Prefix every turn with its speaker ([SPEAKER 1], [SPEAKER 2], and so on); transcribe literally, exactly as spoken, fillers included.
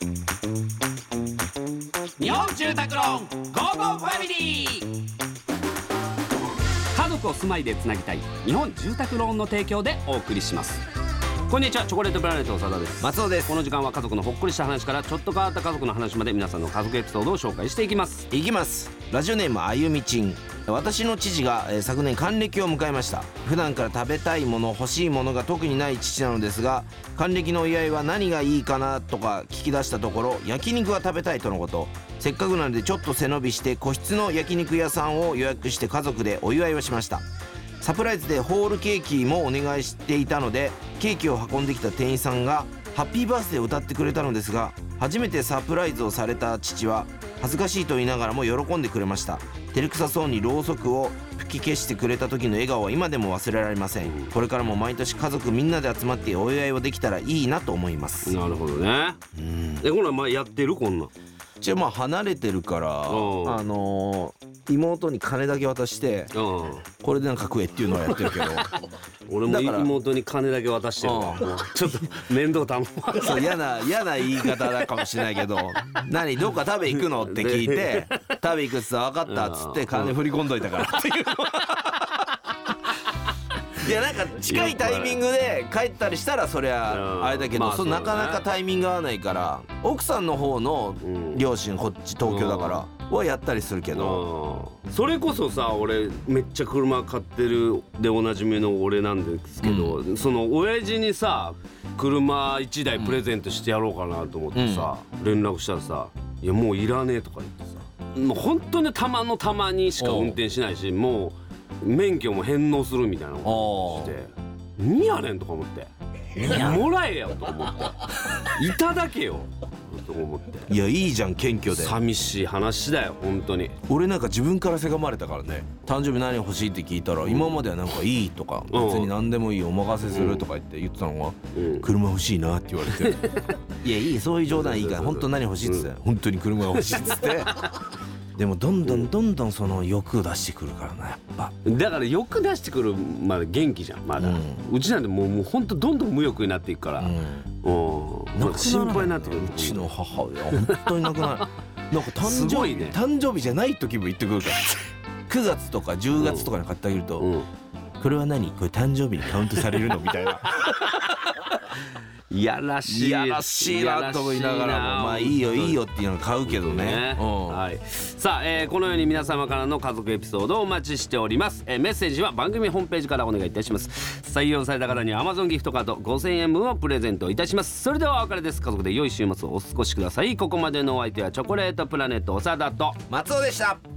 [SPEAKER 1] 日本住宅ローンゴーゴーファミリー。家族を住まいでつなぎたい日本住宅ローンの提供でお送りします。こんにちは、チョコレートプラネット長田です。
[SPEAKER 2] 松尾です。
[SPEAKER 1] この時間は家族のほっこりした話からちょっと変わった家族の話まで皆さんの家族エピソードを紹介していきます。
[SPEAKER 2] いきます。ラジオネームあゆみちん。私の父が、えー、昨年還暦を迎えました。普段から食べたいもの欲しいものが特にない父なのですが、還暦のお祝いは何がいいかなとか聞き出したところ、焼肉が食べたいとのこと。せっかくなのでちょっと背伸びして個室の焼肉屋さんを予約して家族でお祝いをしました。サプライズでホールケーキもお願いしていたので、ケーキを運んできた店員さんがハッピーバースデーを歌ってくれたのですが、初めてサプライズをされた父は恥ずかしいと言いながらも喜んでくれました。照れくさそうにろうそくを吹き消してくれた時の笑顔は今でも忘れられません。これからも毎年家族みんなで集まってお祝いをできたらいいなと思います。
[SPEAKER 1] なるほどね。うん。え、ほら、まあやってるこんな。
[SPEAKER 2] じゃあまあ離れてるから、あのー、妹に金だけ渡してこれでなんか食えっていうのはやってるけど
[SPEAKER 1] 俺も妹に金だけ渡してるわ。ちょっと面倒頼むわ。
[SPEAKER 2] そう、嫌な嫌な言い方だかもしれないけど何どっか食べ行くのって聞いて食べ行くっつって分かったっつって金振り込んどいたからっていういや、なんか近いタイミングで帰ったりしたらそりゃあれだけど、そのなかなかタイミング合わないから、奥さんの方の両親こっち東京だからはやったりするけど、
[SPEAKER 1] それこそさ、俺めっちゃ車買ってるでおなじみの俺なんですけど、うん、その親父にさ車いちだいプレゼントしてやろうかなと思ってさ、うん、連絡したらさ、いやもういらねえとか言ってさ、もう本当にたまのたまにしか運転しないし、もう免許も返納するみたいなことして、何やねんとか思って、もらえやと思っていただけよと思って。
[SPEAKER 2] いや、いいじゃん、謙虚で。
[SPEAKER 1] 寂しい話だよ本当に。
[SPEAKER 2] 俺なんか自分からせがまれたからね。誕生日何欲しいって聞いたら、うん、今まではなんかいいとか、うん、別に何でもいいお任せするとか言って言ってたのが、うん、車欲しいなって言われていや、いい、そういう冗談いいから本当何欲しいっつって、うん、本当に車が欲しいっつってでもどんどんどんどんその欲を出してくるからな、やっぱ。
[SPEAKER 1] だから欲出してくるまだ元気じゃんまだ、うん、うちなんてもうもうほんとどんどん無欲になっていくから、うん、なんか心配になってくる。
[SPEAKER 2] うちの母親本当になくなるなんか誕生日、ね、誕生日じゃない時も言ってくるからくがつとかじゅうがつとかに買ってあげると、うん、これは何、これ誕生日にカウントされるのみたいないやらしい、いやらしいなと思いながらも、まあいいよいいよっていうの買うけどね、うん、
[SPEAKER 1] はい。さあ、えー、このように皆様からの家族エピソードをお待ちしております。えー、メッセージは番組ホームページからお願いいたします。採用された方には Amazon ギフトカードごせんえん分をプレゼントいたします。それではお別れです。家族で良い週末をお過ごしください。ここまでのお相手はチョコレートプラネット長田と
[SPEAKER 2] 松尾でした。